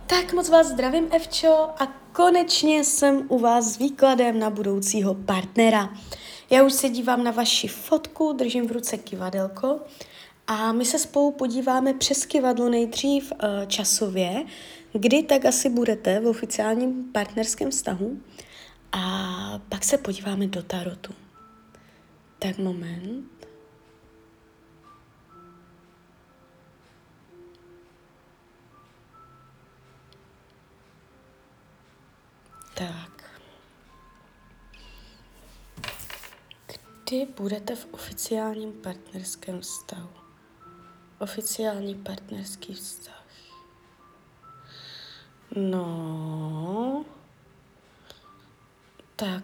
Tak moc vás zdravím, Evčo, a konečně jsem u vás s výkladem na budoucího partnera. Já už se dívám na vaši fotku, držím v ruce kyvadelko a my se spolu podíváme přes kyvadlo nejdřív časově, kdy tak asi budete v oficiálním partnerském vztahu, a pak se podíváme do tarotu. Tak moment. Tak. Kdy budete v oficiálním partnerském vztahu? Oficiální partnerský vztah. No. Tak.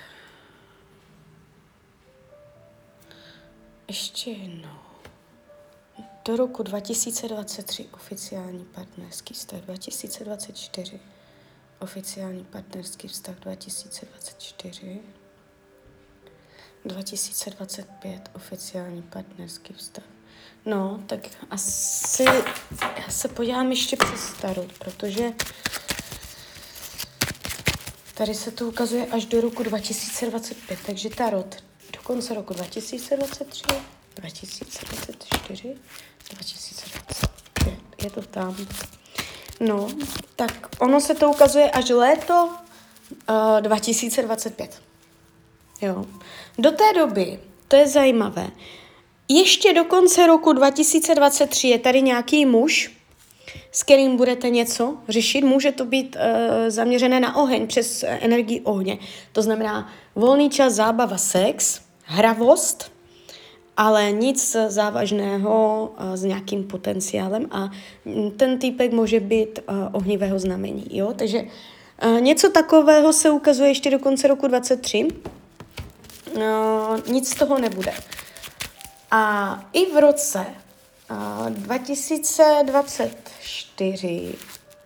Ještě jednou. Do roku 2023 oficiální partnerský vztah, 2024 oficiální partnerský vztah, 2024 2025 oficiální partnerský vztah. No, tak asi já se podívám ještě přes tarot, protože tady se to ukazuje až do roku 2025, takže tarot do konce roku 2023, 2024, 2025, je to tam. No, tak ono se to ukazuje až léto 2025. Jo. Do té doby, to je zajímavé, ještě do konce roku 2023 je tady nějaký muž, s kterým budete něco řešit. Může to být zaměřené na oheň, přes energii ohně. To znamená volný čas, zábava, sex, hravost, ale nic závažného s nějakým potenciálem, a ten týpek může být ohnivého znamení. Jo? Takže něco takového se ukazuje ještě do konce roku 2023. Nic z toho nebude. A i v roce 2024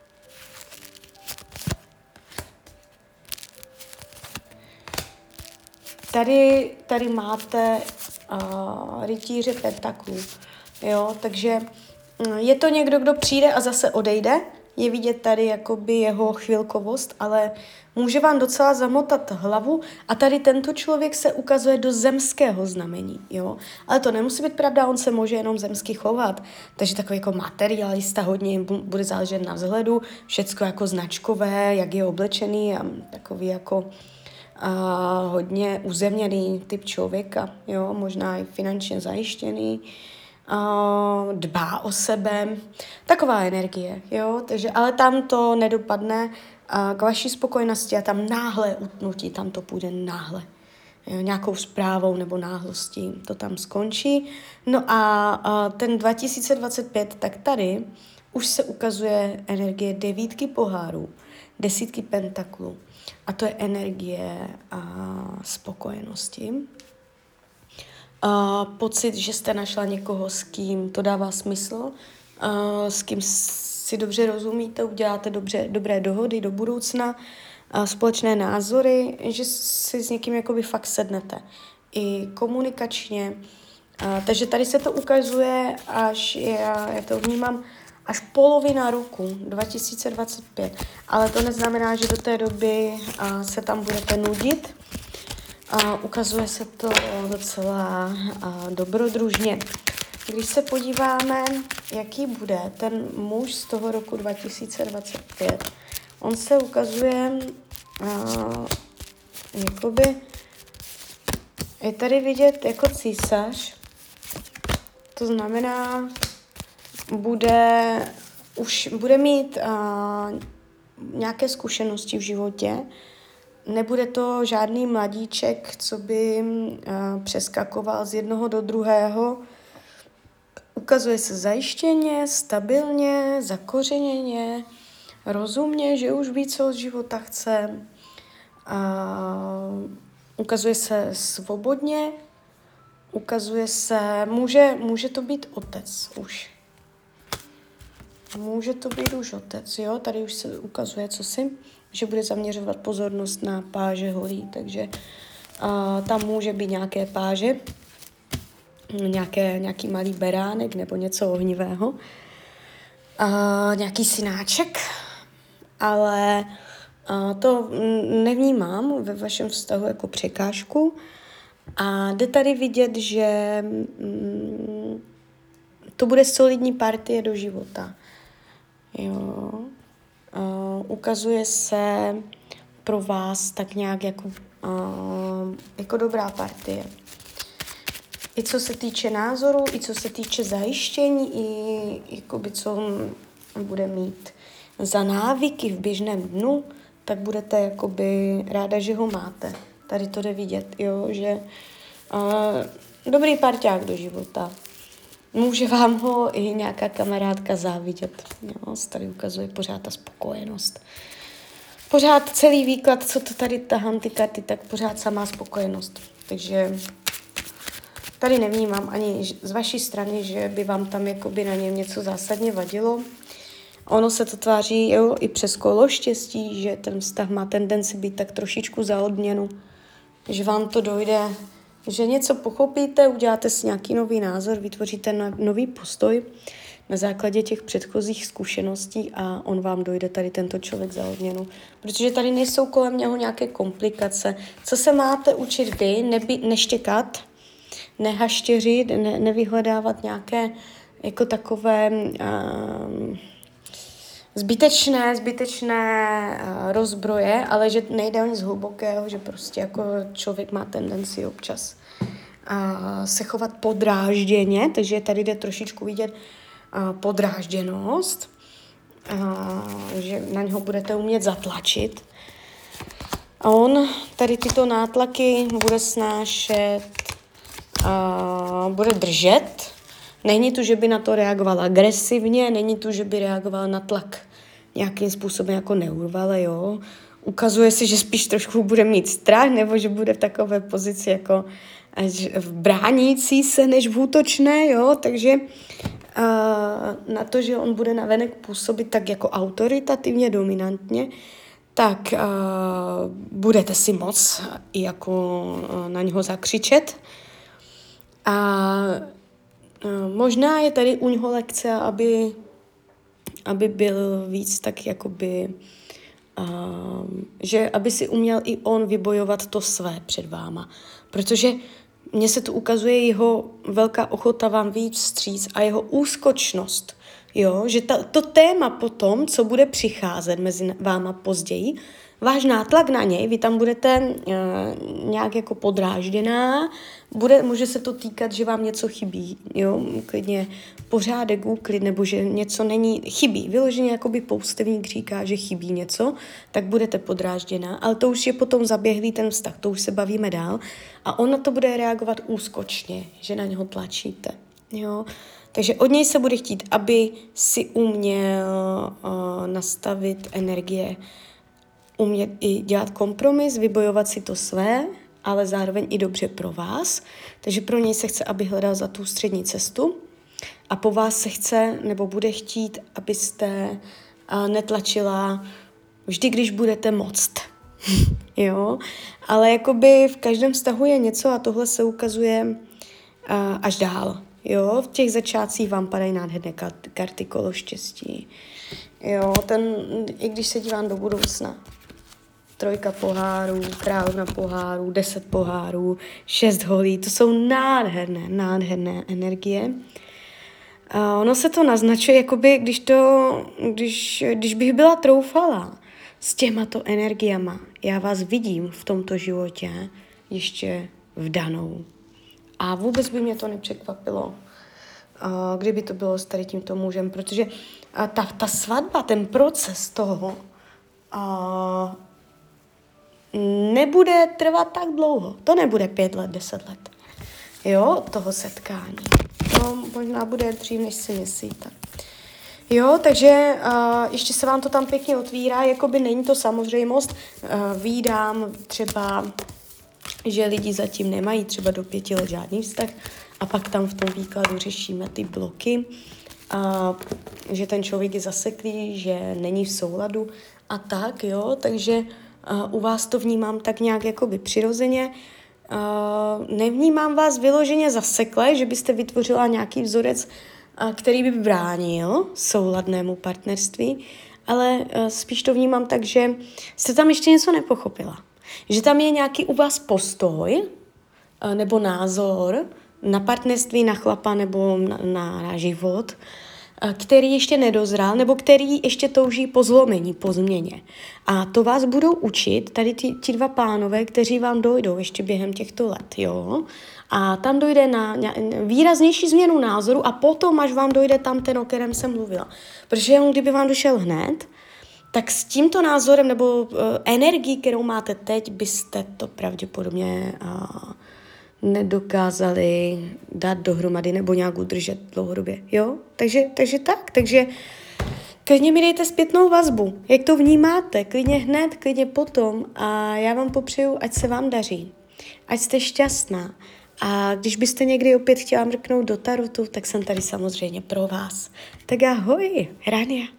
tady máte rytíře pentaklů. Jo? Takže je to někdo, kdo přijde a zase odejde. Je vidět tady jakoby jeho chvilkovost, ale může vám docela zamotat hlavu, a tady tento člověk se ukazuje do zemského znamení, jo. Ale to nemusí být pravda, on se může jenom zemsky chovat, takže takový jako materialista, hodně bude záležet na vzhledu, všecko jako značkové, jak je oblečený, a takový jako hodně uzemněný typ člověka, jo, možná i finančně zajištěný, dbá o sebe, taková energie, jo, takže, ale tam to nedopadne k vaší spokojenosti a tam náhle utnutí, tam to půjde náhle, jo, nějakou zprávou nebo náhlostí to tam skončí. No a ten 2025, tak tady už se ukazuje energie 9 pohárů, 10 pentaklů, a to je energie spokojenosti. Pocit, že jste našla někoho, s kým to dává smysl, s kým si dobře rozumíte, uděláte dobré dohody do budoucna, společné názory, že si s někým jakoby fakt sednete. I komunikačně. Takže tady se to ukazuje až, já to vnímám, až polovina roku 2025. Ale to neznamená, že do té doby se tam budete nudit. Ukazuje se to docela dobrodružně. Když se podíváme, jaký bude ten muž z toho roku 2025, on se ukazuje jakoby, je tady vidět jako císař, to znamená, bude mít nějaké zkušenosti v životě. Nebude to žádný mladíček, co by přeskakoval z jednoho do druhého. Ukazuje se zajištěně, stabilně, zakořeněně, rozumně, že už ví, co od života chce. Ukazuje se svobodně, ukazuje se, může to být otec už. Může to být už otec, jo, tady už se ukazuje cosi, že bude zaměřovat pozornost na páže holí, takže tam může být nějaké páže, nějaký malý beránek nebo něco ohnivého, nějaký synáček, ale to nevnímám ve vašem vztahu jako překážku. A jde tady vidět, že to bude solidní partie do života. Jo. Ukazuje se pro vás tak nějak jako dobrá partie. I co se týče názoru, i co se týče zajištění, i jakoby, co bude mít za návyky v běžném dnu, tak budete jakoby ráda, že ho máte. Tady to jde vidět, jo, že dobrý parťák do života. Může vám ho i nějaká kamarádka závidět. Jo, tady ukazuje pořád ta spokojenost. Pořád celý výklad, co to tady tahám ty karty, tak pořád samá spokojenost. Takže tady nevnímám ani z vaší strany, že by vám tam jakoby na něm něco zásadně vadilo. Ono se to tváří i přes kolo štěstí, že ten vztah má tendenci být tak trošičku za odměnu, že vám to dojde, že něco pochopíte, uděláte si nějaký nový názor, vytvoříte nový postoj na základě těch předchozích zkušeností a on vám dojde tady tento člověk za odměnu. Protože tady nejsou kolem něho nějaké komplikace. Co se máte učit vy? Neštěkat, nehaštěřit, nevyhledávat nějaké jako takové zbytečné rozbroje, ale že nejde o nic hlubokého, že prostě jako člověk má tendenci občas se chovat podrážděně, takže tady jde trošičku vidět podrážděnost, že na něho budete umět zatlačit. A on tady tyto nátlaky bude snášet, bude držet. Není to, že by na to reagoval agresivně, není to, že by reagoval na tlak nějakým způsobem jako neurvale, jo. Ukazuje se, že spíš trošku bude mít strach, nebo že bude v takové pozici jako v bránící se, než v útočné, jo. Takže na to, že on bude navenek působit tak jako autoritativně, dominantně, tak budete si moc i jako na něho zakřičet. A možná je tady u něho lekce, aby byl víc tak jakoby, že aby si uměl i on vybojovat to své před váma. Protože mně se tu ukazuje jeho velká ochota vám víc vstříc a jeho úskočnost. Jo? Že to téma potom, co bude přicházet mezi váma později, váš nátlak na něj, vy tam budete nějak jako podrážděná, může se to týkat, že vám něco chybí, jo, klidně pořádek, úklid, nebo že něco chybí. Vyloženě jakoby poustevník říká, že chybí něco, tak budete podrážděná, ale to už je potom zaběhlý ten vztah, to už se bavíme dál a on na to bude reagovat úskočně, že na něho tlačíte, jo. Takže od něj se bude chtít, aby si uměl nastavit energie, umět i dělat kompromis, vybojovat si to své, ale zároveň i dobře pro vás. Takže pro něj se chce, aby hledal za tu střední cestu a po vás se chce nebo bude chtít, abyste netlačila vždy, když budete moct. Jo? Ale jakoby v každém vztahu je něco a tohle se ukazuje až dál. Jo? V těch začátcích vám padají nádherné karty kolo štěstí. Jo? I když se dívám do budoucna, 3 pohárů, královna pohárů, 10 pohárů, 6 holí, to jsou nádherné energie. Ono se to naznačuje, jakoby, když bych byla troufala s těmato energiama, já vás vidím v tomto životě ještě vdanou. A vůbec by mě to nepřekvapilo, kdyby to bylo s tady tímto mužem, protože ta svatba, ten proces toho nebude trvat tak dlouho. To nebude 5 let, 10 let. Jo, toho setkání. To možná bude dřív, než si myslíte. Jo, takže ještě se vám to tam pěkně otvírá, jakoby není to samozřejmost. Vídám třeba, že lidi zatím nemají třeba do 5 let žádný vztah a pak tam v tom výkladu řešíme ty bloky, že ten člověk je zaseklý, že není v souladu a tak, jo, takže u vás to vnímám tak nějak jakoby přirozeně. Nevnímám vás vyloženě zasekle, že byste vytvořila nějaký vzorec, který by bránil souladnému partnerství, ale spíš to vnímám tak, že jste tam ještě něco nepochopila. Že tam je nějaký u vás postoj nebo názor na partnerství, na chlapa nebo na život, který ještě nedozrál, nebo který ještě touží po zlomení, po změně. A to vás budou učit tady ti dva pánové, kteří vám dojdou ještě během těchto let, jo. A tam dojde na výraznější změnu názoru a potom, až vám dojde tam ten, o kterém jsem mluvila. Protože on, kdyby vám došel hned, tak s tímto názorem nebo energií, kterou máte teď, byste to pravděpodobně nedokázali dát dohromady nebo nějak udržet dlouhodobě, jo? Takže klidně mi dejte zpětnou vazbu, jak to vnímáte, klidně hned, klidně potom a já vám popřeju, ať se vám daří, ať jste šťastná a když byste někdy opět chtěla mrknout do tarotu, tak jsem tady samozřejmě pro vás. Tak ahoj, Rania.